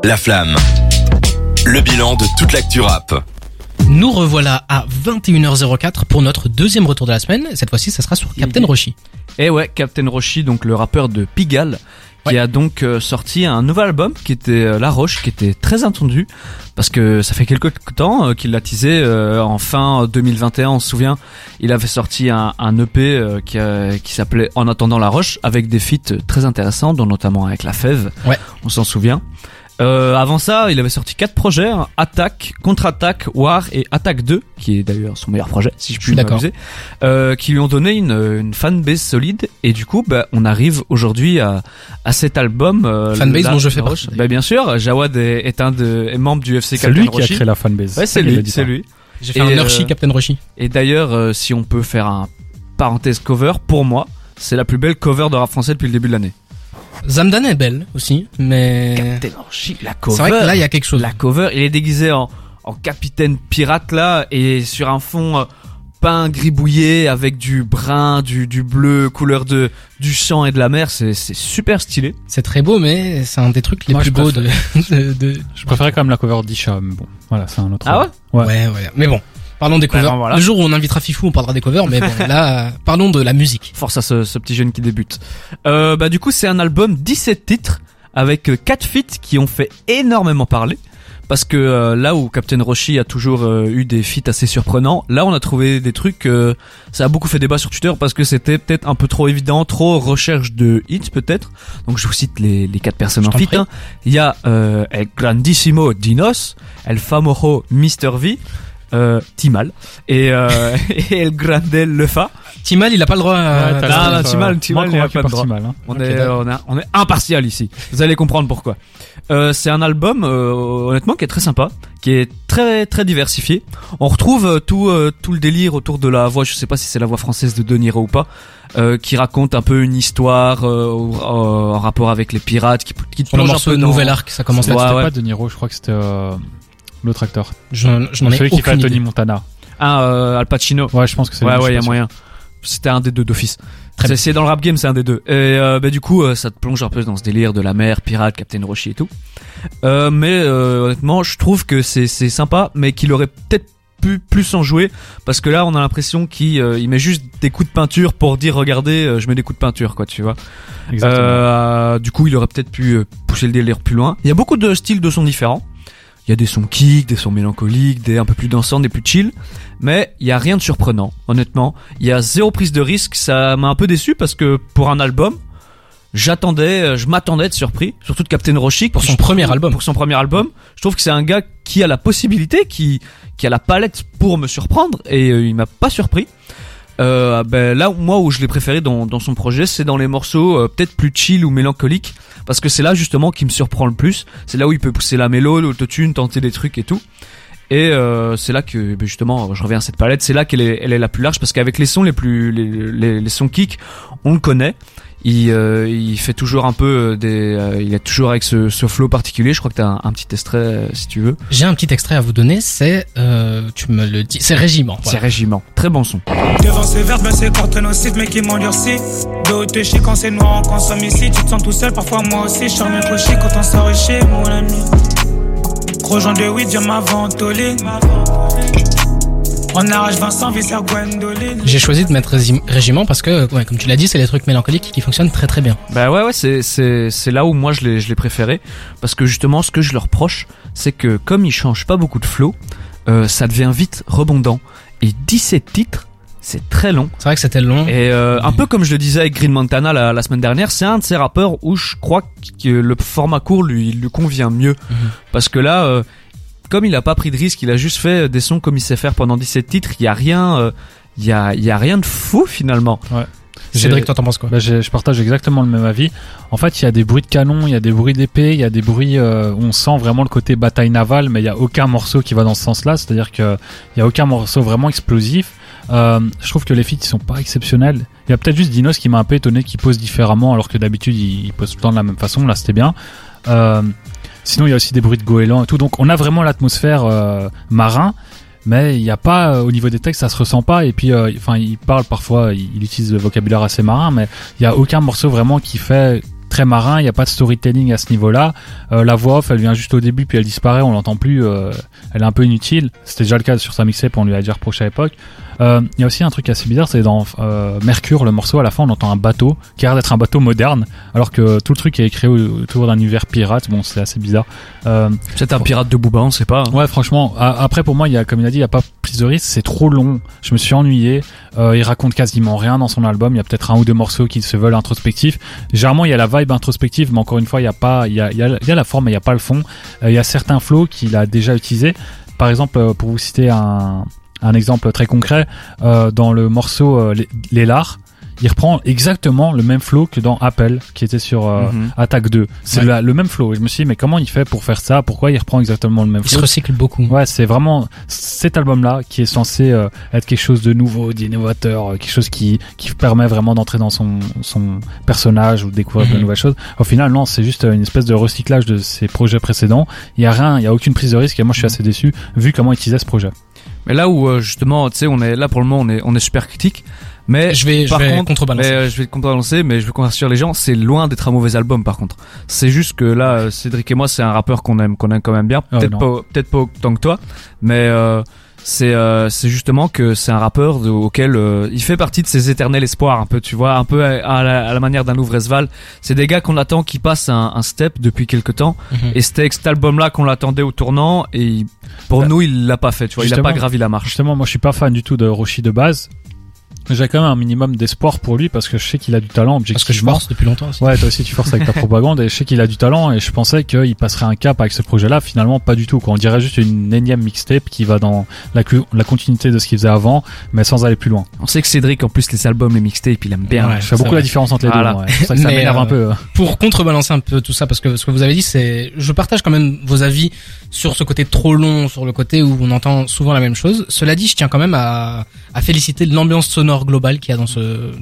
La Flamme. Le bilan de toute l'actu rap. Nous revoilà à 21h04 pour notre deuxième retour de la semaine. Cette fois-ci, ça sera sur Captain Roshi. Et ouais, Captain Roshi, donc le rappeur de Pigalle, qui a donc sorti un nouvel album qui était La Roche, qui était très attendu parce que ça fait quelques temps qu'il l'a teasé en fin 2021, on se souvient. Il avait sorti un EP qui s'appelait En attendant La Roche, avec des feats très intéressants, dont notamment avec La Fève. Ouais. On s'en souvient. Avant ça, il avait sorti 4 projets, hein, Attaque, Contre-Attaque, War et Attaque 2, qui est d'ailleurs son meilleur projet, si je puis m'amuser, qui lui ont donné une fanbase solide, et du coup, on arrive aujourd'hui à cet album. Fanbase dont je fais partie. Bien sûr, Jawad est membre du FC Captain Roshi. C'est lui qui a créé la fanbase. Ouais, c'est lui. J'ai fait un Urshi Captain Roshi. Et d'ailleurs, si on peut faire un parenthèse cover, pour moi, c'est la plus belle cover de rap français depuis le début de l'année. Zamdan est belle aussi, mais Captain Roshi, la cover. C'est vrai que là il y a quelque chose. La cover, il est déguisé en capitaine pirate là, et sur un fond peint gribouillé avec du brun, du bleu, couleur du sang et de la mer. C'est super stylé. C'est très beau, mais c'est un des trucs les plus beaux de. Je préférais quand même la cover d'Isha, mais bon, voilà, c'est un autre. Ah ouais. Ouais. Mais bon. Parlons des covers. Voilà. Le jour où on invitera Fifou, on parlera des covers, mais bon, là, parlons de la musique. Force à ce petit jeune qui débute. Du coup, c'est un album 17 titres avec 4 feats qui ont fait énormément parler. Parce que là où Captain Roshi a toujours eu des feats assez surprenants, là on a trouvé des trucs, ça a beaucoup fait débat sur Twitter parce que c'était peut-être un peu trop évident, trop recherche de hits peut-être. Donc je vous cite les 4 personnes en feat. Hein. Il y a El Grandissimo Dinos, El Famoso Mr. V, Timal et El Grandel Lefa. Timal, il a pas le droit à... Timal, il a pas le droit. Timal, hein. On est impartial ici. Vous allez comprendre pourquoi. C'est un album, honnêtement, qui est très sympa, qui est très, très diversifié. On retrouve tout le délire autour de la voix, je sais pas si c'est la voix française de De Niro ou pas, qui raconte un peu une histoire, en rapport avec les pirates, qui te plonge un peu dans... Nouvel Arc, ça commence là. C'était pas De Niro, je crois que c'était, l'autre acteur. J'en ai celui qui fait Tony Montana. Al Pacino. Ouais, je pense que c'est lui. Ouais, il y a moyen. C'était un des deux d'office. C'est dans le rap game, c'est un des deux. Et du coup, ça te plonge un peu dans ce délire de la mer, pirate, Captain Roshi et tout. Mais honnêtement, je trouve que c'est sympa, mais qu'il aurait peut-être pu plus en jouer, parce que là, on a l'impression qu'il met juste des coups de peinture pour dire regardez, je mets des coups de peinture, quoi, tu vois. Du coup, il aurait peut-être pu pousser le délire plus loin. Il y a beaucoup de styles de sons différents. Il y a des sons kick, des sons mélancoliques, des un peu plus dansants, des plus chill. Mais il y a rien de surprenant, honnêtement. Il y a 0 prise de risque. Ça m'a un peu déçu parce que pour un album, je m'attendais à être surpris. Surtout de Captain Roshi. Pour son premier album. Je trouve que c'est un gars qui a la possibilité, qui a la palette pour me surprendre. Et il m'a pas surpris. Là, moi, où je l'ai préféré dans son projet, c'est dans les morceaux peut-être plus chill ou mélancoliques, parce que c'est là justement qui me surprend le plus. C'est là où il peut pousser la mélo, l'autotune, tenter des trucs et tout. Et c'est là que justement, je reviens à cette palette. C'est là qu'elle est la plus large, parce qu'avec les sons les sons kick, on le connaît. Il fait toujours un peu il est toujours avec ce flow particulier. Je crois que t'as un petit extrait si tu veux. J'ai un petit extrait à vous donner, c'est tu me le dis, c'est Régiment. Voilà. C'est Régiment, très bon son. Devant ces verbes, c'est quand on aussi, mais qui m'endurcit. Dos te chier quand c'est noir, on consomme ici. Tu te sens tout seul, parfois moi aussi. Je charme trop chier quand on sort chez mon ami. Gros joint de weed, viens m'aventoler. On arrache Vincent, Visser, Gwendoline. J'ai choisi de mettre Régiment parce que, ouais, comme tu l'as dit, c'est des trucs mélancoliques qui fonctionnent très très bien. Ouais, c'est là où moi je l'ai préféré, parce que justement ce que je leur reproche, c'est que comme ils changent pas beaucoup de flow, ça devient vite redondant. Et 17 titres, c'est très long. C'est vrai que c'était long. Et un peu comme je le disais avec Green Montana la semaine dernière, c'est un de ces rappeurs où je crois que le format court lui convient mieux. Parce que là, comme il a pas pris de risque, il a juste fait des sons comme il sait faire pendant 17 titres, il y a rien de fou finalement. Ouais. Cédric, toi t'en penses quoi? Je partage exactement le même avis. En fait, il y a des bruits de canon, il y a des bruits d'épée, il y a des bruits où on sent vraiment le côté bataille navale, mais il y a aucun morceau qui va dans ce sens-là, c'est-à-dire que il y a aucun morceau vraiment explosif. Je trouve que les feats ils sont pas exceptionnels. Il y a peut-être juste Dinos qui m'a un peu étonné, qui pose différemment alors que d'habitude il pose tout le temps de la même façon. Là, c'était bien. Sinon, il y a aussi des bruits de goélands et tout. Donc, on a vraiment l'atmosphère marin, mais il n'y a pas, au niveau des textes, ça se ressent pas. Et puis, il parle parfois, il utilise le vocabulaire assez marin, mais il y a aucun morceau vraiment qui fait très marin, il y a pas de storytelling à ce niveau-là. La voix off, elle vient juste au début puis elle disparaît, on l'entend plus, elle est un peu inutile. C'était déjà le cas sur sa mixtape, on lui a déjà reproché à l'époque. Il y a aussi un truc assez bizarre, c'est dans Mercure, le morceau, à la fin on entend un bateau qui a l'air d'être un bateau moderne, alors que tout le truc est créé autour d'un univers pirate. Bon, c'est assez bizarre. C'est un pirate de Booba, on sait pas. Ouais, franchement. Après, pour moi, comme il a dit, il y a pas prise de risque, c'est trop long. Je me suis ennuyé. Il raconte quasiment rien dans son album. Il y a peut-être un ou deux morceaux qui se veulent introspectifs. Généralement, il y a la vibe introspective, mais encore une fois, il y a la forme, mais il y a pas le fond. Il y a certains flows qu'il a déjà utilisés. Par exemple, pour vous citer un exemple très concret, dans le morceau Les Lards, il reprend exactement le même flow que dans Appel, qui était sur Attaque 2. C'est le même flow. Et je me suis dit, mais comment il fait pour faire ça? Pourquoi il reprend exactement le même flow? Il se recycle beaucoup. Ouais, c'est vraiment cet album-là qui est censé être quelque chose de nouveau, d'innovateur, quelque chose qui permet vraiment d'entrer dans son personnage ou de découvrir de nouvelles choses. Au final, non, c'est juste une espèce de recyclage de ses projets précédents. Il y a aucune prise de risque et moi je suis assez déçu vu comment il utilisait ce projet. Mais là où justement, tu sais, on est là pour le moment, on est super critique. Mais je vais contrebalancer. Je vais contrebalancer, mais je vais convaincre les gens, c'est loin d'être un mauvais album par contre. C'est juste que là, Cédric et moi, c'est un rappeur qu'on aime quand même bien. Peut-être pas autant que toi, mais c'est justement que c'est un rappeur auquel il fait partie de ces éternels espoirs, un peu, tu vois, un peu à la manière d'un Louvresval. C'est des gars qu'on attend qui passent un step depuis quelque temps, et c'était cet album-là qu'on l'attendait au tournant, et pour nous, il l'a pas fait, tu vois, il a pas gravi la marche. Justement, moi, je suis pas fan du tout de Roshi de base. J'ai quand même un minimum d'espoir pour lui parce que je sais qu'il a du talent objectivement. Parce que je force depuis longtemps aussi. Ouais, toi aussi tu forces avec ta propagande et je sais qu'il a du talent et je pensais qu'il passerait un cap avec ce projet-là. Finalement, pas du tout, quoi. On dirait juste une énième mixtape qui va dans la continuité de ce qu'il faisait avant, mais sans aller plus loin. On sait que Cédric, en plus, les albums, les mixtapes, il aime bien. Ouais, je fais beaucoup la différence entre les deux. Ouais. C'est pour ça que ça m'énerve un peu. Pour contrebalancer un peu tout ça, parce que ce que vous avez dit, je partage quand même vos avis sur ce côté trop long, sur le côté où on entend souvent la même chose. Cela dit, je tiens quand même à féliciter l'ambiance sonore globale qu'il y a dans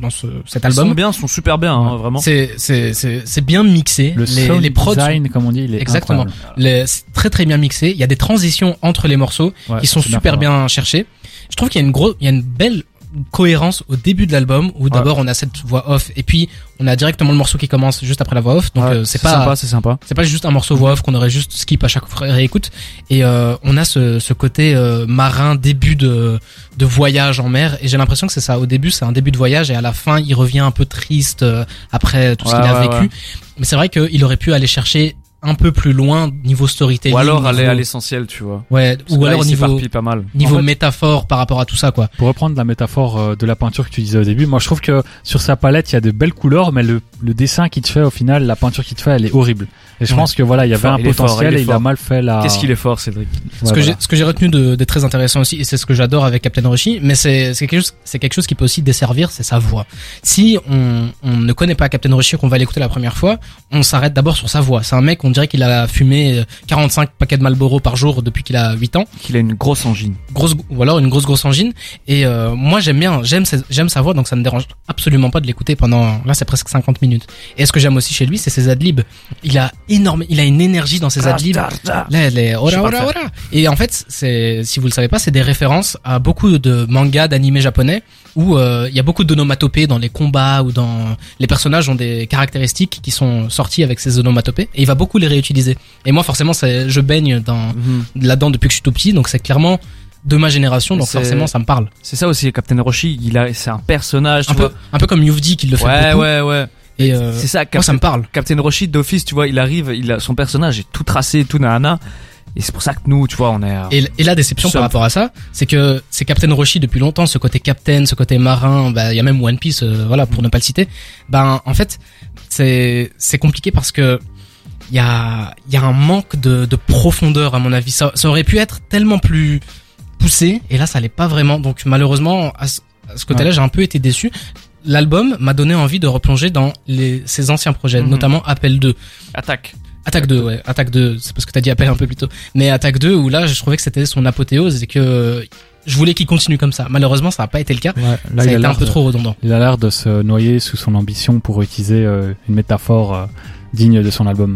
cet album. Sont super bien, hein, vraiment. C'est bien mixé. Les prods design, comme on dit, il est exactement. C'est très très bien mixé. Il y a des transitions entre les morceaux qui sont super bien cherchées. Je trouve qu'il y a une belle cohérence au début de l'album où d'abord on a cette voix off et puis on a directement le morceau qui commence juste après la voix off, donc c'est sympa. C'est pas juste un morceau voix off qu'on aurait juste skip à chaque réécoute, et on a ce côté marin, début de voyage en mer, et j'ai l'impression que c'est ça. Au début c'est un début de voyage et à la fin il revient un peu triste après tout ce qu'il a vécu. Mais c'est vrai qu'il aurait pu aller chercher un peu plus loin niveau storytelling, ou alors aller à l'essentiel, tu vois. Ouais, ou alors pas mal. Niveau métaphore par rapport à tout ça, quoi. Pour reprendre la métaphore de la peinture que tu disais au début, moi je trouve que sur sa palette il y a de belles couleurs, mais le dessin qu'il te fait au final, la peinture qu'il te fait, elle est horrible. Et je pense que voilà, il y avait un potentiel et il a mal fait la... Qu'est-ce qu'il est fort, Cédric. Ce que j'ai retenu de très intéressant aussi, et c'est ce que j'adore avec Captain Roshi, mais c'est quelque chose qui peut aussi desservir, c'est sa voix. Si on ne connaît pas Captain Roshi, qu'on va l'écouter la première fois, on s'arrête d'abord sur sa voix. C'est un mec, on dirait qu'il a fumé 45 paquets de Marlboro par jour depuis qu'il a 8 ans. Qu'il a une grosse angine. Ou alors une grosse angine. Et moi j'aime sa voix, donc ça me dérange absolument pas de l'écouter pendant, là c'est presque 50 minutes. Et ce que j'aime aussi chez lui, c'est ses adlibs. Il a une énergie dans ses adlibs. Là, les ora. Et en fait, si vous le savez pas, c'est des références à beaucoup de mangas, d'animés japonais où il y a beaucoup d'onomatopées dans les combats ou dans les personnages ont des caractéristiques qui sont sorties avec ces onomatopées et il va beaucoup les réutiliser. Et moi forcément je baigne là-dedans depuis que je suis tout petit, donc c'est clairement de ma génération, donc forcément ça me parle. C'est ça aussi, Captain Roshi, c'est un personnage, un peu comme Yuvdi qui le fait beaucoup. Ouais. Et c'est ça, moi ça me parle. Captain Roshi d'office, tu vois, son personnage est tout tracé, tout nana. Et c'est pour ça que nous, tu vois, on est... Et la déception par rapport à ça, c'est que c'est Captain Roshi depuis longtemps, ce côté captain, ce côté marin, il y a même One Piece, voilà, pour ne pas le citer. En fait, c'est compliqué parce que il y a un manque de profondeur, à mon avis. Ça aurait pu être tellement plus poussé, et là, ça l'est pas vraiment. Donc, malheureusement, à ce côté-là, j'ai un peu été déçu. L'album m'a donné envie de replonger dans ses anciens projets, notamment Appel 2. Attaque 2, ouais. Attaque 2, c'est parce que t'as dit Appel un peu plus tôt. Mais Attaque 2, où là, je trouvais que c'était son apothéose et que je voulais qu'il continue comme ça. Malheureusement, ça n'a pas été le cas. Ouais, là, ça a été un peu trop redondant. Il a l'air de se noyer sous son ambition pour utiliser une métaphore digne de son album.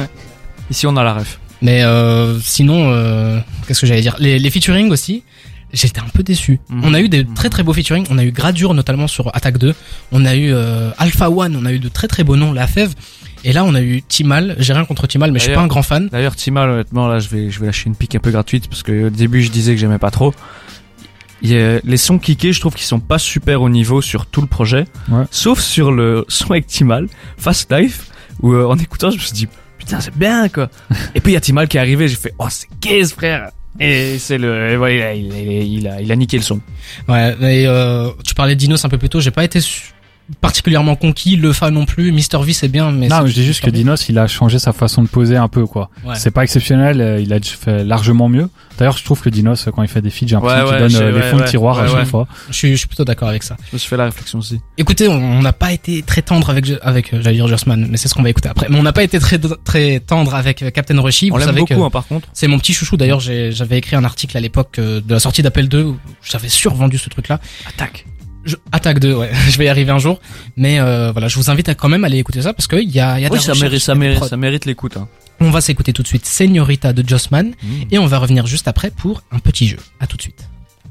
Ici, on a la ref. Mais sinon, qu'est-ce que j'allais dire, les featuring aussi. j'étais un peu déçu. On a eu des très très beaux featuring, on a eu Gradure notamment sur Attack 2, on a eu Alpha One, on a eu de très très beaux noms, La Fève, et là on a eu Timal. J'ai rien contre Timal, mais je suis pas un grand fan. D'ailleurs, Timal, honnêtement, là, je vais lâcher une pique un peu gratuite parce que au début, je disais que j'aimais pas trop. Les sons kickés, je trouve qu'ils sont pas super au niveau sur tout le projet, sauf sur le son avec Timal, Fast Life, où en écoutant, je me suis dit putain, c'est bien quoi. Et puis il y a Timal qui est arrivé, j'ai fait oh c'est qu'est-ce frère. Et c'est voilà, il a niqué le son. Ouais, et tu parlais de Dinos un peu plus tôt, j'ai pas été particulièrement conquis, le fan non plus. Mr V c'est bien, mais non, mais je dis juste que Dinos il a changé sa façon de poser un peu quoi. Ouais. C'est pas exceptionnel, il a fait largement mieux. D'ailleurs, je trouve que Dinos quand il fait des feats, j'ai l'impression qu'il donne les fonds de tiroir à chaque fois. Je suis plutôt d'accord avec ça. Je me suis fait la réflexion aussi. Écoutez, on n'a pas été très tendre avec j'allais dire Jossman, mais c'est ce qu'on va écouter après. Mais on n'a pas été très tendre avec Captain Roshi. On l'aime beaucoup par contre. C'est mon petit chouchou. D'ailleurs, j'avais écrit un article à l'époque de la sortie d'Appel 2 où j'avais survendu ce truc-là. Attaque 2, ouais. Je vais y arriver un jour. Mais voilà, je vous invite à quand même aller écouter ça parce que il y a oui, ça mérite l'écoute. Hein. On va s'écouter tout de suite Señorita de Jossman et on va revenir juste après pour un petit jeu. À tout de suite.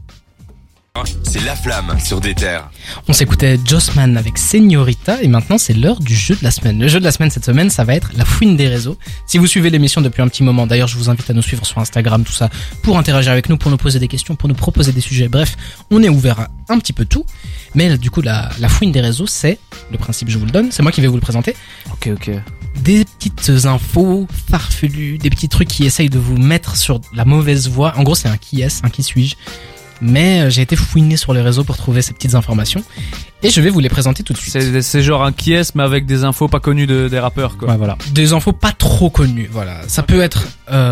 C'est La Flamme sur des terres. On s'écoutait Jossman avec Señorita et maintenant c'est l'heure du jeu de la semaine. Le jeu de la semaine cette semaine, ça va être la fouine des réseaux. Si vous suivez l'émission depuis un petit moment, d'ailleurs je vous invite à nous suivre sur Instagram, tout ça, pour interagir avec nous, pour nous poser des questions, pour nous proposer des sujets. Bref, on est ouvert à un petit peu tout. Mais du coup la fouine des réseaux, c'est le principe, je vous le donne, c'est moi qui vais vous le présenter. Ok. Des petites infos farfelues, des petits trucs qui essayent de vous mettre sur la mauvaise voie. En gros c'est un qui est-ce, un qui suis-je. Mais j'ai été fouiné sur les réseaux pour trouver ces petites informations et je vais vous les présenter tout de suite. C'est genre un qui est mais avec des infos pas connues des rappeurs quoi. Ouais, voilà. Des infos pas trop connues, voilà. Ça peut être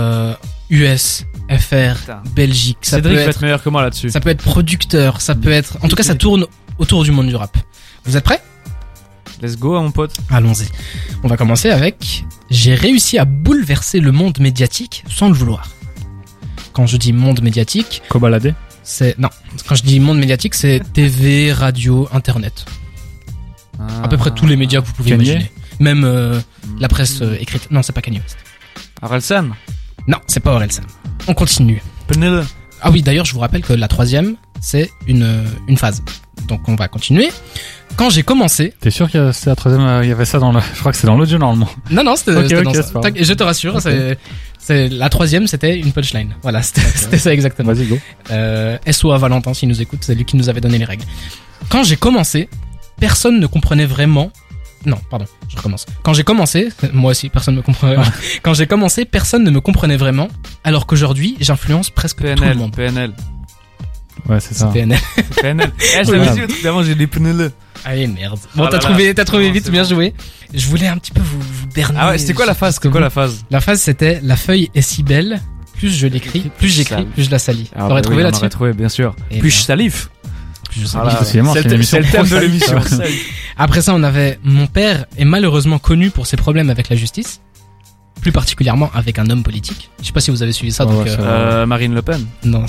US, FR, Belgique, ça Cédric peut va être meilleur que moi là-dessus. Ça peut être producteur, ça peut être en tout cas ça tourne autour du monde du rap. Vous êtes prêts ? Let's go mon pote. Allons-y. On va commencer avec j'ai réussi à bouleverser le monde médiatique sans le vouloir. Quand je dis monde médiatique, Kobalade. Non, quand je dis monde médiatique, c'est TV, radio, internet. À peu près tous les médias que vous pouvez imaginer. Même la presse écrite. Non, c'est pas Kanye West. Orelsan. Non, c'est pas Orelsan. On continue. Penel. Ah oui, d'ailleurs, je vous rappelle que la 3e, c'est une phase. Donc on va continuer. Quand j'ai commencé... T'es sûr que c'est la 3e, il y avait ça dans le... Je crois que c'est dans l'autre jeu normalement. Non, c'était dans ça. Je te rassure, c'est la 3e, c'était une punchline. Voilà, c'était ça exactement. Vas-y, go. SO à Valentin, s'il nous écoute, c'est lui qui nous avait donné les règles. Quand j'ai commencé, personne ne comprenait vraiment... Non, pardon, je recommence. Quand j'ai commencé, moi aussi, personne ne me comprenait. Quand j'ai commencé, personne ne me comprenait vraiment, alors qu'aujourd'hui, j'influence presque tout le monde. PNL. Ouais, c'est ça. PNL. PNL. Je l'avais dit au truc d'avant, j'ai des PNL. Ah merde. Bon, t'as trouvé vite, bien joué. Je voulais un petit peu vous berner. Ah ouais, c'était quoi la phase? La phase, c'était la feuille est si belle, plus je l'écris, plus j'écris, plus je la salis. T'aurais trouvé là-dessus? On trouvé, bien sûr. Et plus je salive. C'est le thème de l'émission. Après ça, on avait mon père est malheureusement connu pour ses problèmes avec la justice. Plus particulièrement avec un homme politique. Je sais pas si vous avez suivi ça. Donc, Marine Le Pen. Non.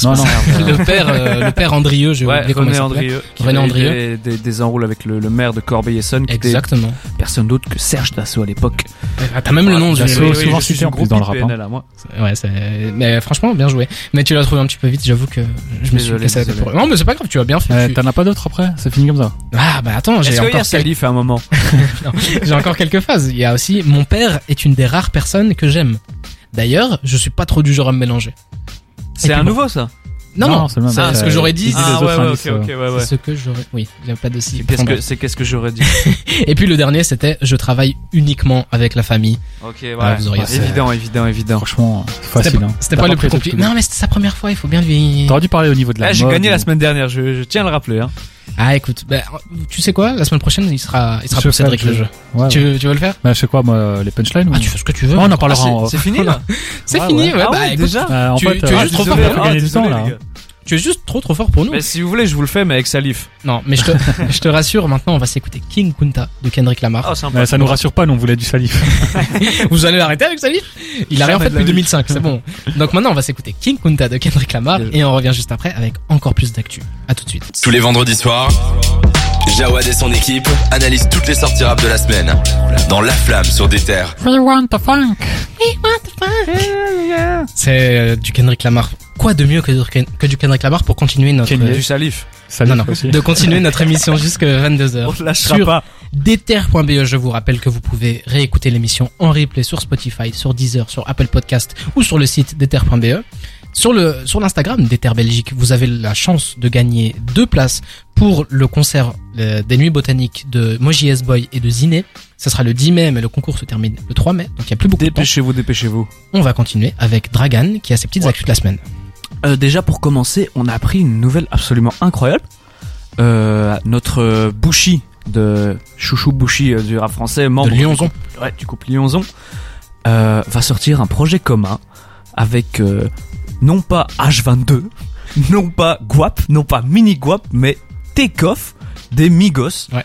Le père Andrieux, René Andrieux. René Andrieux. Des enroules avec le maire de Corbeil-Essonnes. Exactement. Personne d'autre que Serge Dassault à l'époque. T'as même le nom du Dassault, souvent cité en plus dans le rap. Ouais, mais franchement, bien joué. Mais tu l'as trouvé un petit peu vite, j'avoue que je me suis cassé la tête pour... Non, mais c'est pas grave, tu as bien fait. T'en as pas d'autres après? C'est fini comme ça? Ah, bah attends, j'ai encore Salif à un moment. J'ai encore quelques phases. Il y a aussi, mon père est une des rares personnes que j'aime. D'ailleurs, je suis pas trop du genre à me mélanger. C'est un nouveau ça? Non, c'est ce que j'aurais dit. Ah ouais, ok. C'est ce que j'aurais. Oui, il y a pas de si. Qu'est-ce que j'aurais dit? Et puis le dernier, c'était je travaille uniquement avec la famille. Ok, ouais. Vous auriez évident. Franchement, facile. C'était pas le plus compliqué. Non, mais c'était sa première fois. Il faut bien lui. T'aurais dû parler au niveau de la. J'ai gagné la semaine dernière. Je tiens à le rappeler. Hein. Ah écoute, tu sais quoi, la semaine prochaine il sera pour Cédric le jeu. Ouais, tu veux le faire? Je sais quoi moi, les punchlines? Tu fais ce que tu veux. On en parlera en off. C'est fini là. C'est fini, ouais. Bah déjà. Tu es juste trop fort pour gagner du temps là. Tu es juste trop fort pour nous. Mais si vous voulez, je vous le fais mais avec Salif. Non, mais je te rassure, maintenant on va s'écouter King Kunta de Kendrick Lamar. Oh, ça nous rassure pas, nous on voulait du Salif. Vous allez l'arrêter avec Salif? Il a rien fait depuis 2005, c'est bon. Donc maintenant on va s'écouter King Kunta de Kendrick Lamar et on revient juste après avec encore plus d'actu. À tout de suite. Tous les vendredis soirs, Jawad et son équipe analysent toutes les sorties rap de la semaine dans La Flamme sur des terres. We want the funk. C'est du Kendrick Lamar quoi de mieux que du Kendrick Lamar pour continuer notre Du salif. Salut non, aussi. de continuer notre émission jusqu'à 22h. On lâchera Sur pas. Déter.be, je vous rappelle que vous pouvez réécouter l'émission en replay sur Spotify, sur Deezer, sur Apple Podcast ou sur le site Déter.be. Sur l'Instagram Déter Belgique, vous avez la chance de gagner 2 places pour le concert des Nuits Botaniques de Moji S-Boy et de Ziné. Ça sera le 10 mai, mais le concours se termine le 3 mai, donc il y a plus beaucoup de temps. Dépêchez-vous. On va continuer avec Dragan, qui a ses petites actus de la semaine. Déjà pour commencer, on a appris une nouvelle absolument incroyable. Notre Bouchy de Chouchou Bouchy du rap français, membre De Lyonzon. du couple Lyonzon, va sortir un projet commun avec non pas H22, non pas Guap, non pas Mini Guap, mais Takeoff des Migos. Ouais.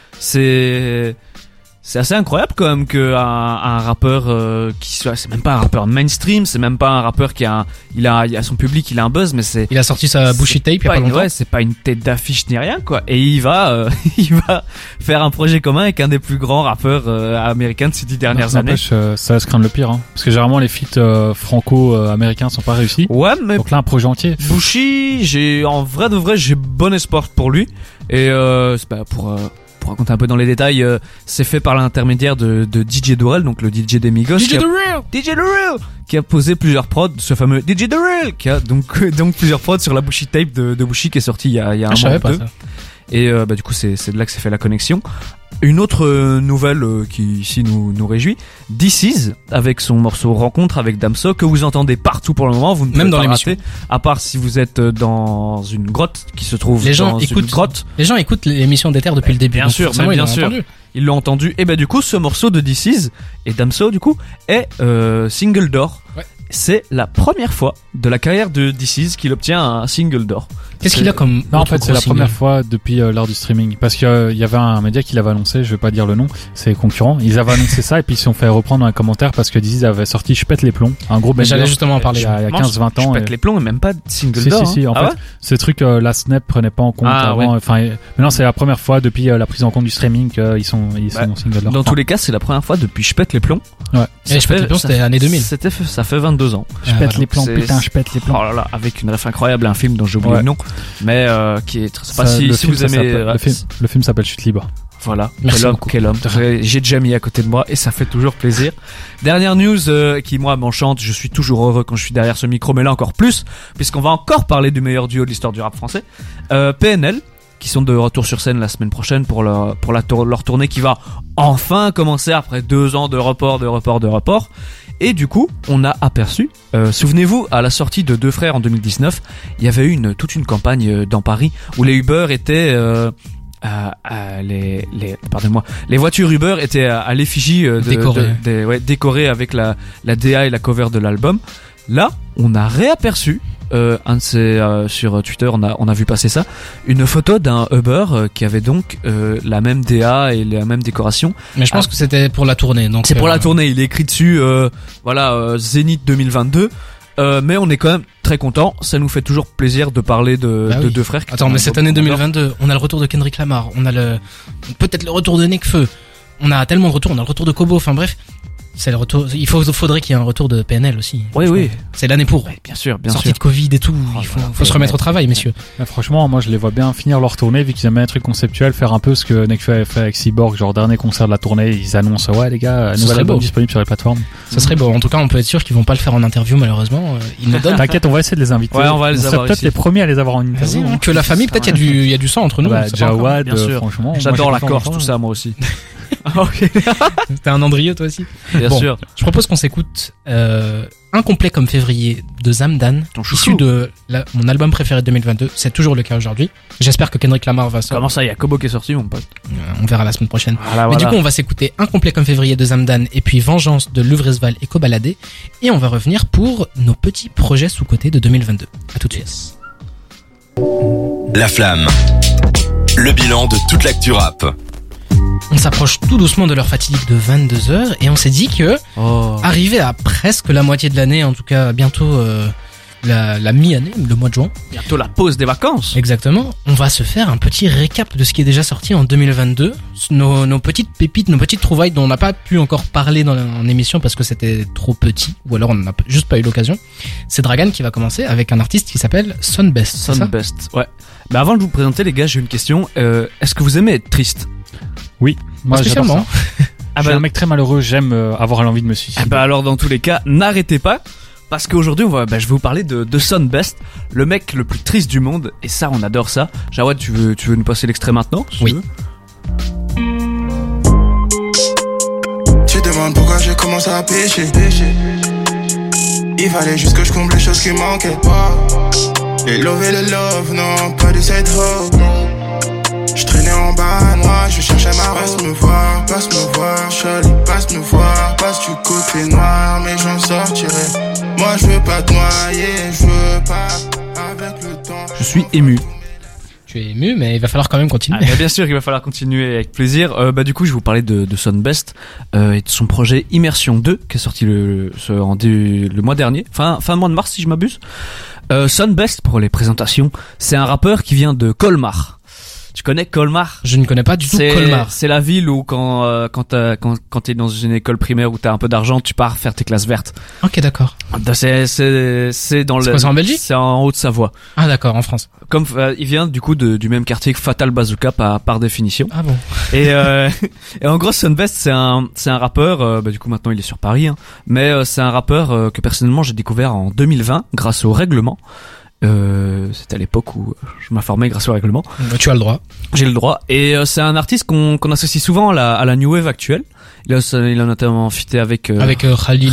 C'est assez incroyable quand même que un rappeur qui soit, c'est même pas un rappeur mainstream, c'est même pas un rappeur qui il a son public, il a un buzz, mais c'est Il a sorti sa Bushy Tape il y a pas longtemps. ouais, c'est pas une tête d'affiche ni rien quoi. Et il va faire un projet commun avec un des plus grands rappeurs américains de ces 10 dernières années. Ça laisse craindre le pire, hein. Parce que généralement les feats franco-américains sont pas réussis. Ouais, mais Donc là un projet entier. Bouchy, j'ai bon espoir pour lui. Et c'est pas pour raconter un peu dans les détails, c'est fait par l'intermédiaire de DJ Durel, donc le DJ des Migos. DJ Durel qui a posé plusieurs prods, ce fameux DJ Durel qui a donc plusieurs prods sur la Bushy Tape de Bouchy qui est sortie il y a un mois ou deux. Et du coup c'est de là que s'est fait la connexion. Une autre nouvelle qui ici nous réjouit, This Is avec son morceau Rencontre avec Damso que vous entendez partout pour le moment, vous ne pouvez Même dans pas l'émission. rater, à part si vous êtes dans une grotte qui se trouve Les gens dans écoutent une grotte. Les gens écoutent l'émission Déter depuis le début. Bien donc sûr, forcément, mais ils bien l'ont sûr. entendu. Ils l'ont entendu. Et du coup, ce morceau de This Is et Damso, du coup, est single d'or. Ouais. C'est la première fois de la carrière de This Is qu'il obtient un single d'or. Qu'est-ce qu'il a comme Non, en autre fait, c'est gros la single première fois depuis l'heure du streaming. Parce que il y avait un média qui l'avait annoncé, je vais pas dire le nom, c'est les concurrents. Ils avaient annoncé ça et puis ils se sont fait reprendre dans un commentaire parce que Dizzy avait sorti Je pète les plombs, un gros banger. J'allais justement en parler. Il y a 15-20 ans. Je pète les plombs et même pas de single Si, d'or. si, en Ah fait, ces trucs, la Snap prenait pas en compte avant. ouais. Enfin, maintenant c'est la première fois depuis la prise en compte du streaming qu'ils sont single d'or. Dans tous les cas, c'est la première fois depuis Je pète les plombs. Ouais. Et Je pète les plombs, c'était l'année 2000. Ça fait 22 ans. Je pète les plombs, C'est- putain, je pète les plombs. Oh là là, avec une ref incroyable, un film dont j'ai oublié Ouais. le nom, mais qui est très sympa. Ça, Si le film, vous ça aimez, s'appelle- le film s'appelle Chute libre. voilà, Merci quel homme, beaucoup. quel homme. J'ai déjà mis à côté de moi et ça fait toujours plaisir. Dernière news qui moi m'enchante, je suis toujours heureux quand je suis derrière ce micro, mais là encore plus, puisqu'on va encore parler du meilleur duo de l'histoire du rap français. PNL, qui sont de retour sur scène la semaine prochaine pour leur tournée qui va enfin commencer après 2 ans de report. Et du coup, on a aperçu, souvenez-vous, à la sortie de Deux Frères en 2019, il y avait eu toute une campagne dans Paris où les Uber étaient les voitures Uber étaient à l'effigie décorées avec la DA et la cover de l'album. Là, on a réaperçu sur Twitter, on a vu passer ça, une photo d'un Uber qui avait donc la même DA et la même décoration. Mais je pense que c'était pour la tournée. Donc C'est pour la tournée, il est écrit dessus Zénith 2022. Mais on est quand même très content. Ça nous fait toujours plaisir de parler de oui. Deux Frères. Attends, mais cette année 2022, on a le retour de Kendrick Lamar, on a peut-être le retour de Nekfeu. On a tellement de retours, on a le retour de Kobo. Enfin bref, c'est le retour. Faudrait qu'il y ait un retour de PNL aussi. Oui. C'est l'année pour. Ouais, bien sûr. Sortie de Covid et tout. Il faut se remettre au travail, messieurs. Mais franchement, moi je les vois bien finir leur tournée vu qu'ils aiment bien un truc conceptuel, faire un peu ce que Nekfeu avait fait avec Cyborg, genre dernier concert de la tournée, ils annoncent ouais les gars, Ce nouvel serait album beau. disponible sur les plateformes. Ça serait beau. En tout cas, on peut être sûr qu'ils vont pas le faire en interview malheureusement. Ils nous donnent. T'inquiète, on va essayer de les inviter. Ouais, on va les serait avoir peut-être ici. les premiers à les avoir en Vas-y, interview. hein. Que la famille, peut-être il y a du sang entre nous. Bah, on sait pas encore. Jawad, bien sûr. franchement. J'adore moi, la j'ai Corse, pas tout entendu. ça, moi aussi. T'es un Andrieux toi aussi. Bien Bon. sûr. Je propose qu'on s'écoute Incomplet comme février de Zamdan, Ton chouchou. issu de mon album préféré de 2022. C'est toujours le cas aujourd'hui. J'espère que Kendrick Lamar va sortir. Comment ça, il y a Kobo qui est sorti, mon pote. On verra la semaine prochaine. Voilà, Mais du coup, on va s'écouter Incomplet comme février de Zamdan et puis Vengeance de Luvresval et Cobaladé. Et on va revenir pour nos petits projets sous-cotés de 2022. À tout de suite. La Flamme. Le bilan de toute l'actu rap. On s'approche tout doucement de l'heure fatidique de 22h et on s'est dit que, Oh. arrivé à presque la moitié de l'année, en tout cas bientôt la mi-année, le mois de juin. Bientôt la pause des vacances. Exactement. On va se faire un petit récap de ce qui est déjà sorti en 2022. Nos petites pépites, nos petites trouvailles dont on n'a pas pu encore parler en émission parce que c'était trop petit, ou alors on n'a juste pas eu l'occasion. C'est Dragan qui va commencer avec un artiste qui s'appelle Sunbest. Sunbest, ouais. Mais avant de vous présenter les gars, j'ai une question. Est-ce que vous aimez être triste? Oui, moi j'adore spécialement. ça. Je suis un mec très malheureux, j'aime avoir l'envie de me suicider. Alors dans tous les cas, n'arrêtez pas. Parce qu'aujourd'hui, je vais vous parler de Sunbest, le mec le plus triste du monde. Et ça, on adore ça. Jawad, tu veux nous passer l'extrait maintenant, si oui. tu veux? Tu demandes pourquoi j'ai commencé à pécher. Il fallait juste que je comble les choses qui manquaient. Les love et les love, non, pas de cette hope. Je traînais en bas, moi, je cherchais ma passe me voir, Charlie, passe me voir, passe du côté noir, mais j'en sortirai. Moi, je veux pas te noyer, je veux pas avec le temps. Je suis ému. Tu es ému, mais il va falloir quand même continuer. Ah, bien sûr qu'il va falloir continuer avec plaisir. Du coup, je vais vous parler de Sunbest et de son projet Immersion 2 qui est sorti le mois dernier, fin mois de mars si je m'abuse. Sunbest, pour les présentations, c'est un rappeur qui vient de Colmar. Tu connais Colmar? Je ne connais pas du tout Colmar. C'est la ville où quand t'es dans une école primaire où t'as un peu d'argent, tu pars faire tes classes vertes. Ok, d'accord. C'est dans quoi, c'est en Belgique? C'est en Haute-Savoie. Ah d'accord, en France. Comme il vient du coup du même quartier que Fatal Bazooka par définition. Ah bon. Et en gros Sunbest c'est un rappeur du coup maintenant il est sur Paris hein, mais c'est un rappeur que personnellement j'ai découvert en 2020 grâce au règlement. C'était à l'époque où je m'informais grâce au règlement. Tu as le droit. J'ai le droit. Et c'est un artiste qu'on associe souvent à la new wave actuelle. Il a notamment fité avec Khali,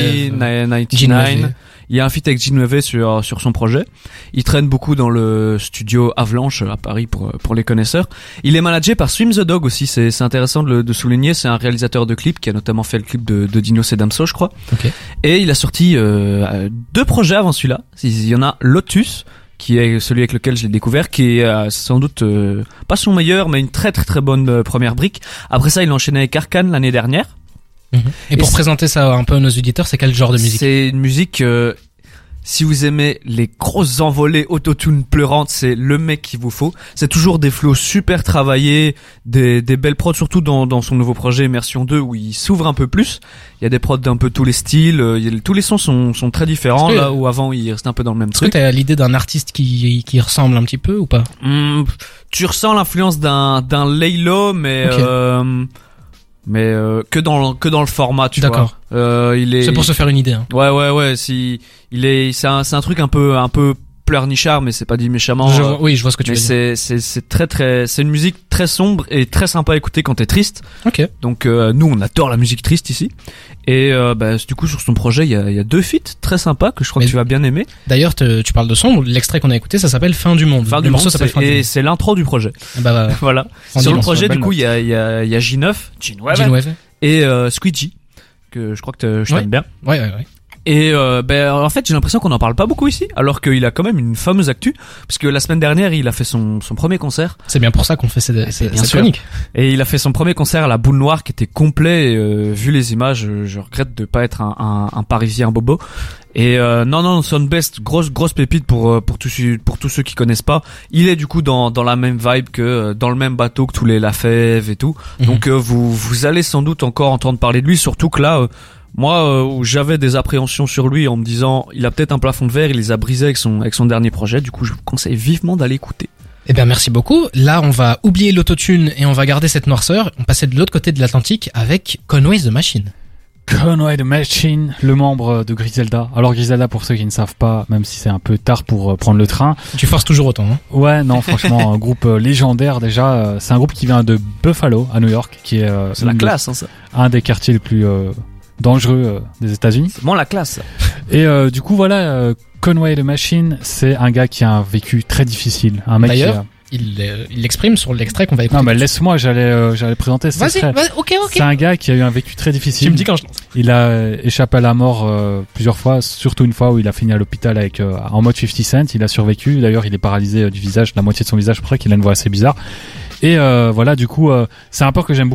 99. Il y a un feat avec G9 sur son projet. Il traîne beaucoup dans le studio Avalanche à Paris pour les connaisseurs. Il est managé par Swim the Dog aussi. C'est intéressant de souligner. C'est un réalisateur de clips qui a notamment fait le clip de Dino et Damso, je crois. Okay. Et il a sorti 2 projets avant celui-là. Il y en a Lotus, qui est celui avec lequel je l'ai découvert, qui est sans doute pas son meilleur, mais une très très très bonne première brique. Après ça, il a enchaîné avec Arcane l'année dernière. Et pour présenter ça un peu à nos auditeurs, c'est quel genre de musique? C'est une musique, si vous aimez les grosses envolées autotune pleurantes, c'est le mec qu'il vous faut. C'est toujours des flows super travaillés, des belles prods, surtout dans son nouveau projet Immersion 2 où il s'ouvre un peu plus. Il y a des prods d'un peu tous les styles, tous les sons sont très différents, là où avant il restait un peu dans le même truc. Est-ce que t'as l'idée d'un artiste qui ressemble un petit peu ou pas? Tu ressens l'influence d'un Laylo, mais okay. Que dans le format, tu D'accord. vois. C'est pour se faire une idée, hein. Ouais, c'est un truc un peu pleurnichard, mais c'est pas dit méchamment. Oui, je vois ce que tu veux dire. C'est une musique très sombre et très sympa à écouter quand t'es triste. Ok. Donc, nous, on adore la musique triste ici. Et, du coup, sur son projet, il y a 2 feats très sympas que je crois que tu vas bien aimer. D'ailleurs, tu parles de sombre. L'extrait qu'on a écouté, ça s'appelle Fin du Monde. Le morceau s'appelle Fin du Monde. Et c'est l'intro du projet. Voilà. Sur le projet, du coup, il y a G9, et Squeegee, que je crois que je t'aime bien. Ouais. Et en fait j'ai l'impression qu'on en parle pas beaucoup ici, alors qu'il a quand même une fameuse actu, puisque la semaine dernière il a fait son premier concert. C'est bien pour ça qu'on fait cette chronique. Et il a fait son premier concert à la Boule Noire qui était complet. Et, vu les images, je regrette de pas être un Parisien bobo. Et non, Sunbest, grosse pépite pour tous ceux qui connaissent pas. Il est du coup dans la même vibe que dans le même bateau que tous les Lafèvre et tout. Donc vous allez sans doute encore entendre parler de lui, surtout que là. Moi, où j'avais des appréhensions sur lui en me disant, il a peut-être un plafond de verre, il les a brisés avec son dernier projet. Du coup, je vous conseille vivement d'aller écouter. Eh bien, merci beaucoup. Là, on va oublier l'autotune et on va garder cette noirceur. On passait de l'autre côté de l'Atlantique avec Conway the Machine. Conway the Machine, le membre de Griselda. Alors Griselda, pour ceux qui ne savent pas, même si c'est un peu tard pour prendre le train. Tu forces toujours autant, hein? Ouais, non, franchement, un groupe légendaire déjà. C'est un groupe qui vient de Buffalo, à New York, qui est c'est la classe, hein, ça. Un des quartiers les plus dangereux des États-Unis. C'est bon la classe. Et du coup voilà, Conway the Machine, c'est un gars qui a un vécu très difficile. Un mec D'ailleurs, il l'exprime sur l'extrait qu'on va écouter. Non mais laisse-moi, j'allais présenter cet extrait. Vas-y, ok. C'est un gars qui a eu un vécu très difficile. Tu me dis quand je lance. Il a échappé à la mort plusieurs fois, surtout une fois où il a fini à l'hôpital avec en mode 50 Cent. Il a survécu. D'ailleurs, il est paralysé du visage, la moitié de son visage, pour ça qu'il a une voix assez bizarre. Et voilà, du coup, c'est un rappeur que j'aime beaucoup.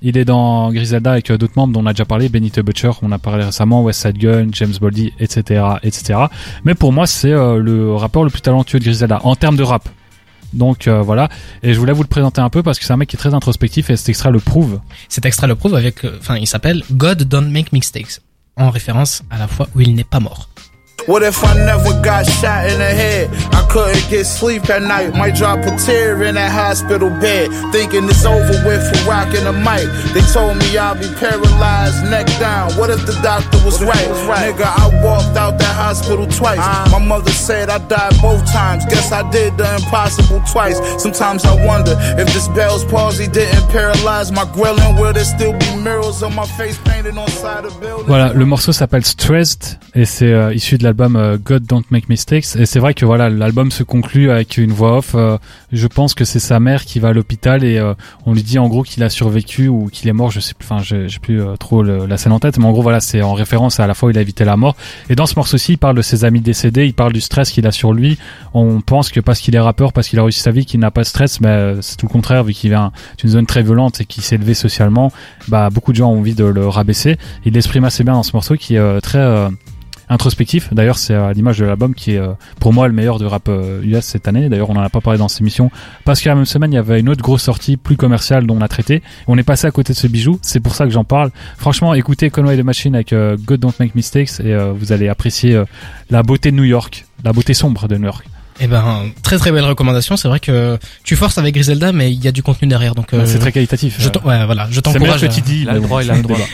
Il est dans Griselda avec d'autres membres dont on a déjà parlé, Benny the Butcher, on a parlé récemment, Westside Gun, James Boldy, etc., etc. Mais pour moi, c'est le rappeur le plus talentueux de Griselda en termes de rap. Donc voilà, et je voulais vous le présenter un peu parce que c'est un mec qui est très introspectif et cet extrait le prouve. Cet extrait le prouve avec, il s'appelle God Don't Make Mistakes, en référence à la fois où il n'est pas mort. What if I never got shot in the head? I couldn't get sleep at night. Might drop a tear in that hospital bed. Thinking it's over with for rocking the mic. They told me I'll be paralyzed, neck down. What if the doctor was right? Nigga, I walked out that hospital twice. My mother said I died both times. Guess I did the impossible twice. Sometimes I wonder if this Bell's palsy didn't paralyze my grilling. Will there still be mirrors on my face painted on side of building? Voilà, le morceau s'appelle Stressed et c'est issu de l'album God Don't Make Mistakes, et c'est vrai que voilà, l'album se conclut avec une voix off. Je pense que c'est sa mère qui va à l'hôpital et on lui dit en gros qu'il a survécu ou qu'il est mort, je sais plus, j'ai plus trop la scène en tête, mais en gros voilà, c'est en référence à la fois où il a évité la mort. Et dans ce morceau-ci, il parle de ses amis décédés, il parle du stress qu'il a sur lui. On pense que parce qu'il est rappeur, parce qu'il a réussi sa vie, qu'il n'a pas de stress, mais c'est tout le contraire, vu qu'il vient d'une zone très violente et qu'il s'est élevé socialement, beaucoup de gens ont envie de le rabaisser. Il l'exprime assez bien dans ce morceau qui est très introspectif. D'ailleurs, c'est à l'image de l'album qui est pour moi le meilleur de rap US cette année. D'ailleurs, on en a pas parlé dans cette émission parce que la même semaine, il y avait une autre grosse sortie plus commerciale dont on a traité. On est passé à côté de ce bijou. C'est pour ça que j'en parle. Franchement, écoutez Conway the Machine avec God Don't Make Mistakes et vous allez apprécier la beauté de New York, la beauté sombre de New York. Eh ben, très très belle recommandation. C'est vrai que tu forces avec Griselda, mais il y a du contenu derrière, donc c'est très qualitatif. Je t'encourage. C'est ce que tu dis. Il a le droit.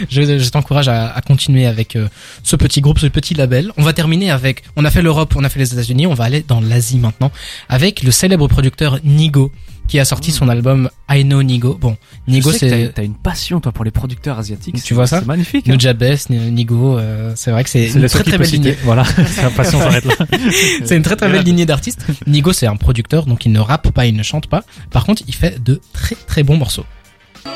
Je t'encourage à continuer avec ce petit groupe, ce petit label. On va terminer avec. On a fait l'Europe, on a fait les États-Unis. On va aller dans l'Asie maintenant avec le célèbre producteur Nigo, qui a sorti son album I Know Nigo. Bon, Nigo, c'est t'as une passion toi pour les producteurs asiatiques. Tu vois ça? C'est magnifique. Nujabes, Nigo, c'est vrai que c'est une très très belle lignée. Voilà, sa passion s'arrête là. C'est une très très belle lignée d'artistes. Nigo, c'est un producteur, donc il ne rappe pas, il ne chante pas. Par contre, il fait de très très bons morceaux. Oh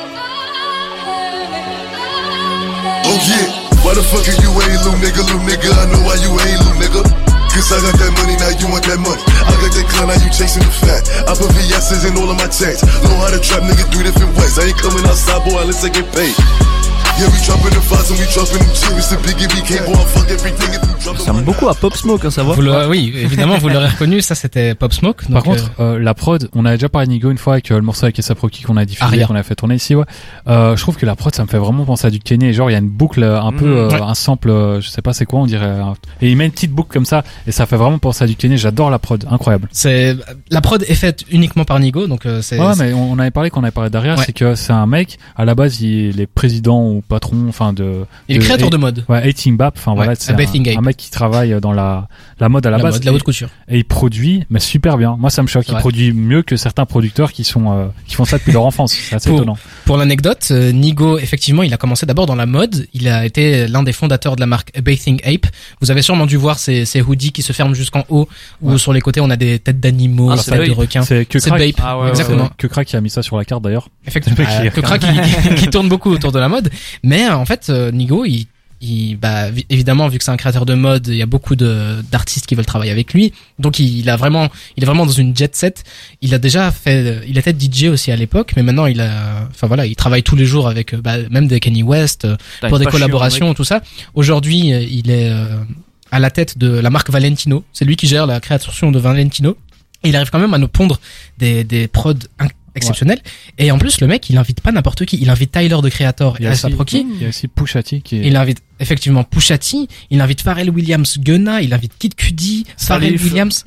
yeah, why the fuck are you ain't little nigga, I know why you ain't little nigga. Cause I got that money, now you want that money. I got that clown, now you chasing the fat. I put VS's in all of my checks. Know how to trap nigga 3 different ways. I ain't coming outside, boy, unless I get paid. Yeah, we dropping the fives and we dropping them cheers. The biggie BK, boy, fuck everything if you drop. Ça ressemble beaucoup à Pop Smoke, hein, ça va? Oui, évidemment, vous l'aurez reconnu, ça c'était Pop Smoke. Donc, par contre, la prod, on avait déjà parlé de Nigo une fois avec le morceau avec A$AP Rocky qu'on a diffusé, qu'on a fait tourner ici, ouais. Je trouve que la prod, ça me fait vraiment penser à du Kenny. Genre, il y a une boucle un peu, un sample, je sais pas c'est quoi, on dirait, et il met une petite boucle comme ça, et ça fait vraiment penser à du Kenny. J'adore la prod, incroyable. La prod est faite uniquement par Nigo, donc c'est. Ouais, mais on avait parlé, derrière, c'est que c'est un mec, à la base, il est président ou patron, il est créateur de mode. Ouais, 18 Bap, voilà, c'est un mec qui travaille dans la mode à la base. La haute couture. Et il produit, mais super bien. Moi, ça me choque. Il produit mieux que certains producteurs qui font ça depuis leur enfance. C'est assez étonnant. Pour l'anecdote, Nigo, effectivement, il a commencé d'abord dans la mode. Il a été l'un des fondateurs de la marque Bathing Ape. Vous avez sûrement dû voir ces hoodies qui se ferment jusqu'en haut, où sur les côtés on a des têtes d'animaux, des têtes de requins. C'est Bape. Ah ouais, exactement. Que Crack qui a mis ça sur la carte d'ailleurs. Effectivement. Que Crack qui tourne beaucoup autour de la mode. Mais en fait, Nigo, évidemment, vu que c'est un créateur de mode, il y a beaucoup d'artistes qui veulent travailler avec lui. Donc il est vraiment dans une jet set. Il était DJ aussi à l'époque, mais maintenant il travaille tous les jours avec même des Kanye West pour des collaborations, tout ça. Aujourd'hui, il est à la tête de la marque Valentino. C'est lui qui gère la création de Valentino. Et il arrive quand même à nous pondre des prods exceptionnel. Et en plus, le mec, il invite pas n'importe qui. Il invite Tyler, the Creator, et A$AP Rocky. Il y a aussi Pusha T qui est... Il invite effectivement Pusha T. Il invite Pharrell Williams, Gunna. Il invite Kid Cudi, Pharrell Williams.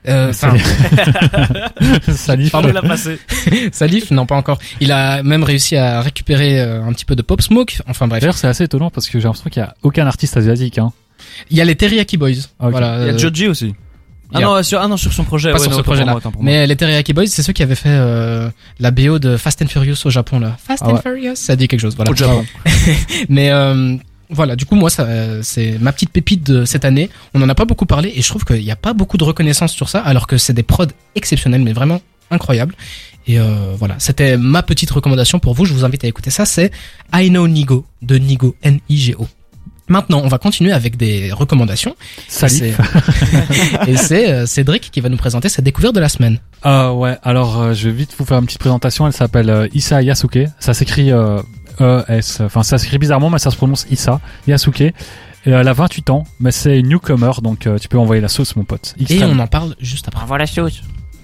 Salif. Pardon, il a passé. Salif, non, pas encore. Il a même réussi à récupérer un petit peu de Pop Smoke. Enfin bref. D'ailleurs, c'est assez étonnant parce que j'ai l'impression qu'il y a aucun artiste asiatique, hein. Il y a les Teriyaki Boys. Okay. Voilà. Il y a Joji aussi. Sur son projet. Pas sur ce projet-là. Mais les Teriyaki Boys, c'est ceux qui avaient fait la BO de Fast and Furious au Japon, là. Fast and Furious, ça dit quelque chose, voilà. Au Japon. Mais voilà, du coup, moi, c'est ma petite pépite de cette année. On en a pas beaucoup parlé et je trouve qu'il n'y a pas beaucoup de reconnaissance sur ça, alors que c'est des prods exceptionnels, mais vraiment incroyables. Et voilà, c'était ma petite recommandation pour vous. Je vous invite à écouter ça. C'est I Know Nigo de Nigo, Nigo. Maintenant, on va continuer avec des recommandations. Salut. Et c'est Cédric qui va nous présenter sa découverte de la semaine. Ouais, alors je vais vite vous faire une petite présentation. Elle s'appelle Issa Yasuke. Ça s'écrit Y-E-S. Enfin, ça s'écrit bizarrement, mais ça se prononce Issa. Yasuke. Et elle a 28 ans, mais c'est une newcomer, donc tu peux envoyer la sauce, mon pote. Et on en parle juste après. Envoie la sauce.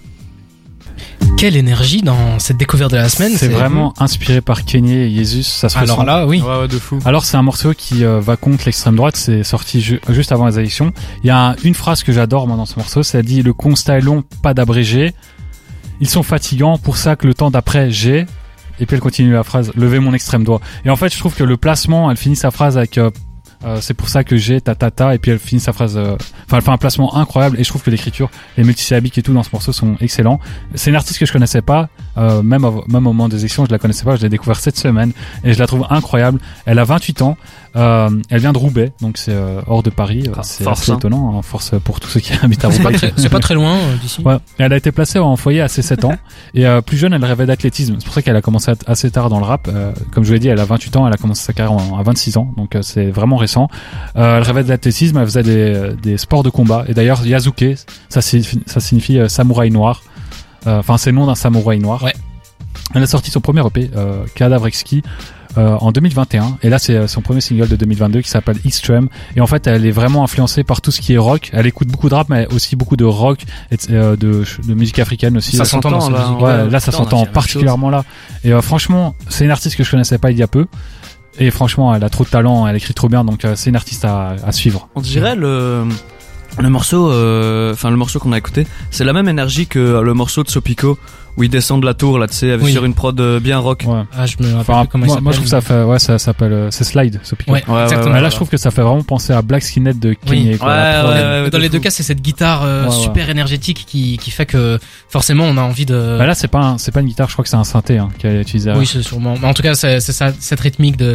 Quelle énergie dans cette découverte de la semaine. C'est vraiment inspiré par Kanye et Jesus, ça se Alors ressent. là, oui. Ouais, de fou. Alors c'est un morceau qui va contre l'extrême droite, c'est sorti juste avant les élections. Il y a une phrase que j'adore moi dans ce morceau, ça dit: le constat est long, pas d'abrégé. Ils sont fatigants, pour ça que le temps d'après j'ai. Et puis elle continue la phrase: levez mon extrême doigt. Et en fait je trouve que le placement, elle finit sa phrase avec c'est pour ça que j'ai ta, et puis elle finit sa phrase, enfin elle fait un placement incroyable, et je trouve que l'écriture, les multisyllabiques et tout dans ce morceau sont excellents. C'est une artiste que je connaissais pas, même au moment des élections je la connaissais pas, je l'ai découvert cette semaine et je la trouve incroyable. Elle a 28 ans, elle vient de Roubaix, donc c'est hors de Paris, c'est assez étonnant, hein, force pour tous ceux qui habitent à Roubaix. C'est pas très loin d'ici. Ouais, elle a été placée en foyer à ses 7 ans et plus jeune elle rêvait d'athlétisme, c'est pour ça qu'elle a commencé assez tard dans le rap. Comme je vous l'ai dit, elle a 28 ans, elle a commencé sa carrière à 26 ans, donc c'est vraiment récent. Elle rêvait d'athlétisme, elle faisait des sports de combat, et d'ailleurs Yasuke, ça signifie samouraï noir, enfin c'est le nom d'un samouraï noir. Ouais. Elle a sorti son premier EP, Cadavre Exquis, en 2021, et là c'est son premier single de 2022 qui s'appelle Extreme, et en fait elle est vraiment influencée par tout ce qui est rock. Elle écoute beaucoup de rap, mais aussi beaucoup de rock et de musique africaine aussi. Ça s'entend dans sa musique. Ouais, là ça s'entend particulièrement là, et franchement c'est une artiste que je connaissais pas il y a peu, et franchement elle a trop de talent, elle écrit trop bien, donc c'est une artiste à suivre. On dirait le morceau, enfin le morceau qu'on a écouté, c'est la même énergie que le morceau de Sopico où il descend de la tour là, tu sais, sur une prod bien rock. Ouais. Ah, je me rappelle plus comment il s'appelle. Moi je trouve ça fait, ça s'appelle, c'est Slide, Sopico. Ouais, exactement. Mais là je trouve que ça fait vraiment penser à Black Skinhead de Kanye. Oui. Ouais, dans les deux cas, c'est cette guitare super énergétique qui fait que forcément on a envie de. Bah là c'est pas une guitare, je crois que c'est un synthé qui a utilisé. Oui, c'est sûrement. Mais en tout cas, c'est ça, cette rythmique de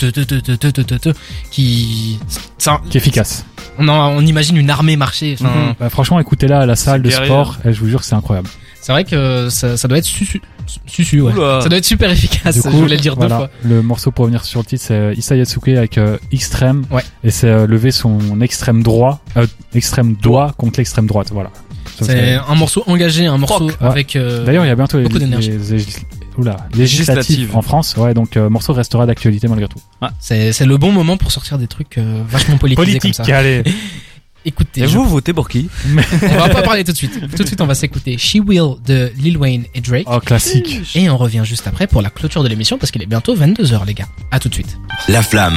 qui est efficace. On imagine une armée marcher. Bah, franchement, écoutez-la à la salle de sport, et je vous jure que c'est incroyable. C'est vrai que ça doit être ouais. Ça doit être super efficace. Du coup, je voulais le dire deux fois. Le morceau pour revenir sur le titre, c'est Issa Yasuke avec Extrême. Ouais. Et c'est lever son extrême doigt contre l'extrême droite. Voilà. C'est un morceau engagé, un morceau avec. D'ailleurs, il y a bientôt beaucoup d'énergie. Législatives en France. Ouais, donc morceau restera d'actualité malgré tout. Ouais. C'est le bon moment pour sortir des trucs vachement politisés comme ça. Allez. Écoutez, et vous votez pour qui? On va pas parler tout de suite. Tout de suite, on va s'écouter She Will de Lil Wayne et Drake. Oh, classique. Et on revient juste après pour la clôture de l'émission parce qu'il est bientôt 22h, les gars. À tout de suite. La flamme.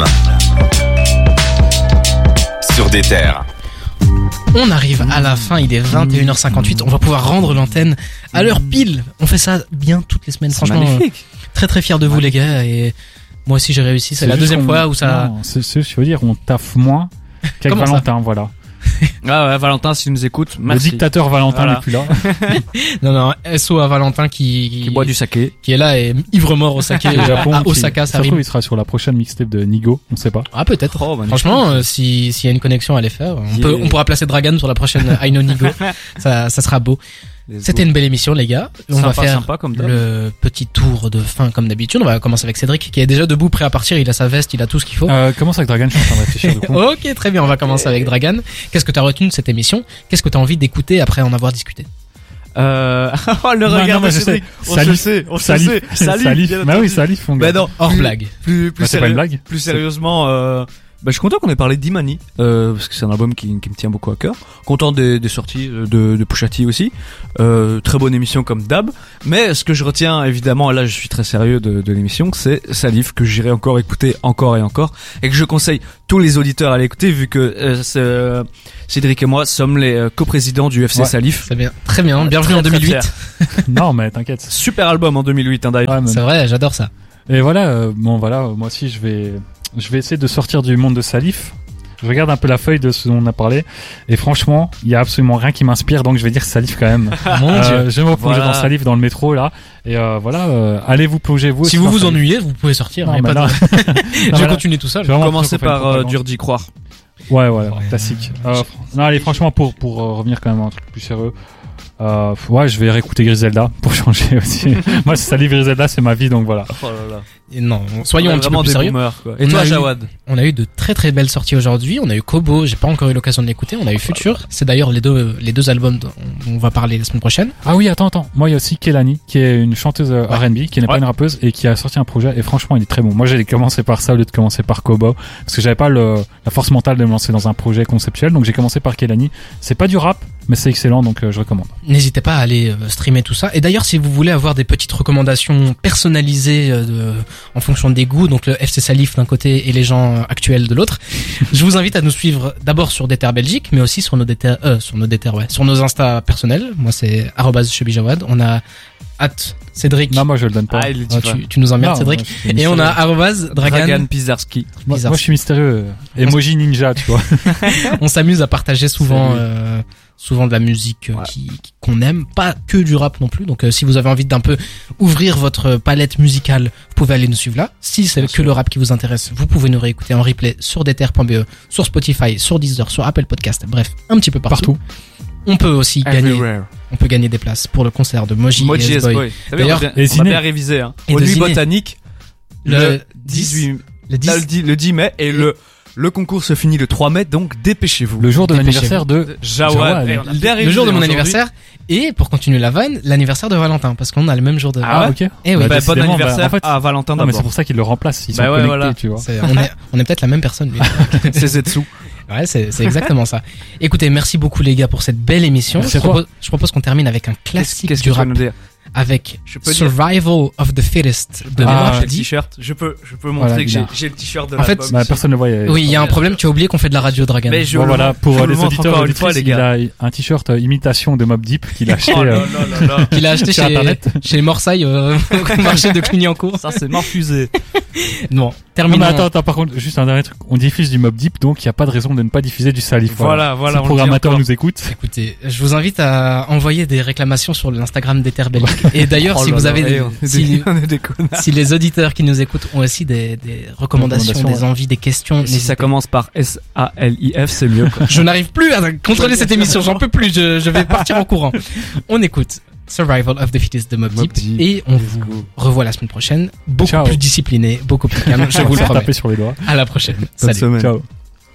Sur des terres. On arrive à la fin, il est 21h58. On va pouvoir rendre l'antenne à l'heure pile. On fait ça bien toutes les semaines. Franchement, très très fier de vous, les gars. Et moi aussi, j'ai réussi. C'est la deuxième fois où ça. Non, c'est ce que je veux dire. On taffe moins qu'avec Valentin, voilà. Ah ouais, Valentin, si tu nous écoutes, merci. Le dictateur Valentin n'est plus là. Non, SO à Valentin qui boit du saké, qui est là et ivre mort au saké au Japon, à Osaka, ça rime. Il sera sur la prochaine mixtape de Nigo, on sait pas. Ah, peut-être. Franchement, s'il y a une connexion à les faire, on pourra placer Dragan sur la prochaine I Know Nigo. ça sera beau. C'était une belle émission, les gars. On va faire le petit tour de fin comme d'habitude. On va commencer avec Cédric qui est déjà debout, prêt à partir. Il a sa veste, il a tout ce qu'il faut. Commence avec Dragan, je suis en train de réfléchir du coup. Ok, très bien. On va commencer avec Dragan. Qu'est-ce que t'as retenu de cette émission? Qu'est-ce que t'as envie d'écouter après en avoir discuté? Le regard de Cédric. On se sait. Salif. Bah oui, Salif. Bah non. Hors blague. Plus c'est pas une blague. Plus sérieusement, je suis content qu'on ait parlé d'Imani, parce que c'est un album qui me tient beaucoup à cœur. Content des sorties de Pusha T aussi. Très bonne émission comme d'hab. Mais ce que je retiens, évidemment, là je suis très sérieux de l'émission, c'est Salif, que j'irai encore écouter encore et encore, et que je conseille tous les auditeurs à l'écouter, vu que Cédric et moi sommes les coprésidents du FC Salif. C'est bien, très bien. Bienvenue en 2008. Non mais t'inquiète. Super album en 2008, d'ailleurs. C'est vrai, j'adore ça. Et voilà, moi aussi je vais essayer de sortir du monde de Salif. Je regarde un peu la feuille de ce dont on a parlé, et franchement, il y a absolument rien qui m'inspire, donc je vais dire Salif quand même. Mon Dieu. Je vais me plonger dans Salif dans le métro là, et allez vous plonger vous. Si vous vous ennuyez, vous pouvez sortir. Non, je vais continuer tout seul. Je vais commencer par dur d'y croire. Ouais, classique. Non, allez, franchement, pour revenir quand même à un truc plus sérieux, Ouais, je vais réécouter Griselda pour changer aussi. Moi, c'est Salif Griselda, c'est ma vie, donc voilà. Oh là là. Et non, soyons un petit peu vraiment plus des sérieux. boomers, quoi. Et On toi, a eu- Jawad? On a eu de très très belles sorties aujourd'hui. On a eu Kobo, j'ai pas encore eu l'occasion de l'écouter. On a eu Future. C'est d'ailleurs les deux albums dont on va parler la semaine prochaine. Ah oui, attends. Moi, il y a aussi Kelani, qui est une chanteuse R&B, qui n'est pas une rappeuse, et qui a sorti un projet, et franchement, il est très bon. Moi, j'ai commencé par ça au lieu de commencer par Kobo, parce que j'avais pas la force mentale de me lancer dans un projet conceptuel, donc j'ai commencé par Kelani. C'est pas du rap, mais c'est excellent, donc je recommande. N'hésitez pas à aller streamer tout ça. Et d'ailleurs, si vous voulez avoir des petites recommandations personnalisées en fonction des goûts, donc le FC Salif d'un côté et les gens actuels de l'autre, je vous invite à nous suivre d'abord sur Déter Belgique, mais aussi sur nos nos Insta personnels. Moi, c'est @chebijawad. On a @Cédric. Non, moi, je le donne pas. Ah, il est dit pas. Tu nous emmerdes, Non, Cédric. moi, je suis Et on mystérieux. a @Dragan. Dragan Pizarski. Moi, je suis mystérieux. Emoji ninja, tu vois. On s'amuse à partager souvent souvent de la musique qu'on aime, pas que du rap non plus. Donc si vous avez envie d'un peu ouvrir votre palette musicale, vous pouvez aller nous suivre là. Si c'est que le rap qui vous intéresse, vous pouvez nous réécouter en replay sur deter.be, sur Spotify, sur Deezer, sur Apple Podcast, bref, un petit peu partout. On peut aussi gagner des places pour le concert de Moji et S-Boy. D'ailleurs, on a bien révisé, hein. Et Au de Nuit Ziné. Botanique, le 18, le 10 mai, et le concours se finit le 3 mai, donc dépêchez-vous. Le jour de l'anniversaire de Jawad. Jawad. On a bien Le jour de mon révisé anniversaire, et pour continuer la vanne, l'anniversaire de Valentin, parce qu'on a le même jour de... Ah, ok. Eh oui. Bah, bon décidément, anniversaire en fait, à Valentin non, mais c'est d'abord. pour ça qu'il le remplace. Ils sont Bah ouais, connectés, voilà. tu vois. On est peut-être la même personne, lui. C'est Zetsu. Ouais, c'est exactement ça. Écoutez, merci beaucoup les gars pour cette belle émission. Merci à Je propose qu'on termine avec un classique Qu'est-ce du que tu vas rap, nous dire? avec Je peux dire. Survival of the Fittest de Ah, Mobb J'ai le Deep. t-shirt. Je peux Voilà, montrer que bien. j'ai le t-shirt de En fait, l'album. Bah, personne ne le voyait. Oui, il y a un problème, tu as oublié qu'on fait de la radio, Dragan. Mais je Bon, le voilà, montre- pour je le les montre auditeurs encore et une fois, auditrices, les il gars. a un t-shirt imitation de Mobb Deep qu'il a acheté. Oh là là là là. Qu'il a acheté Sur Internet. chez Morsaille au marché de Clignancourt. Ça, c'est Morfusé. Bon, Non, terminons. mais attends, par contre, juste un dernier truc. On diffuse du Mobb Deep, donc il n'y a pas de raison de ne pas diffuser du Salif. Voilà, Si on le le dit programmateur encore. nous écoute. Écoutez, je vous invite à envoyer des réclamations sur l'Instagram d'Ether Belgique. Et d'ailleurs, Oh si là vous là, avez, on est des connards. si les auditeurs qui nous écoutent ont aussi des recommandations, Recommandations, des envies, des questions, Si n'hésitez ça commence par S-A-L-I-F, c'est mieux, quoi. Je n'arrive plus à contrôler cette émission, j'en peux plus, je vais partir en courant. On écoute Survival of the Fittest de Mobb Deep et on vous revoit la semaine prochaine, beaucoup Ciao. plus discipliné, beaucoup plus calme, je vous le promets. Taper sur les doigts. À la prochaine. Bonne Salut. semaine. Ciao.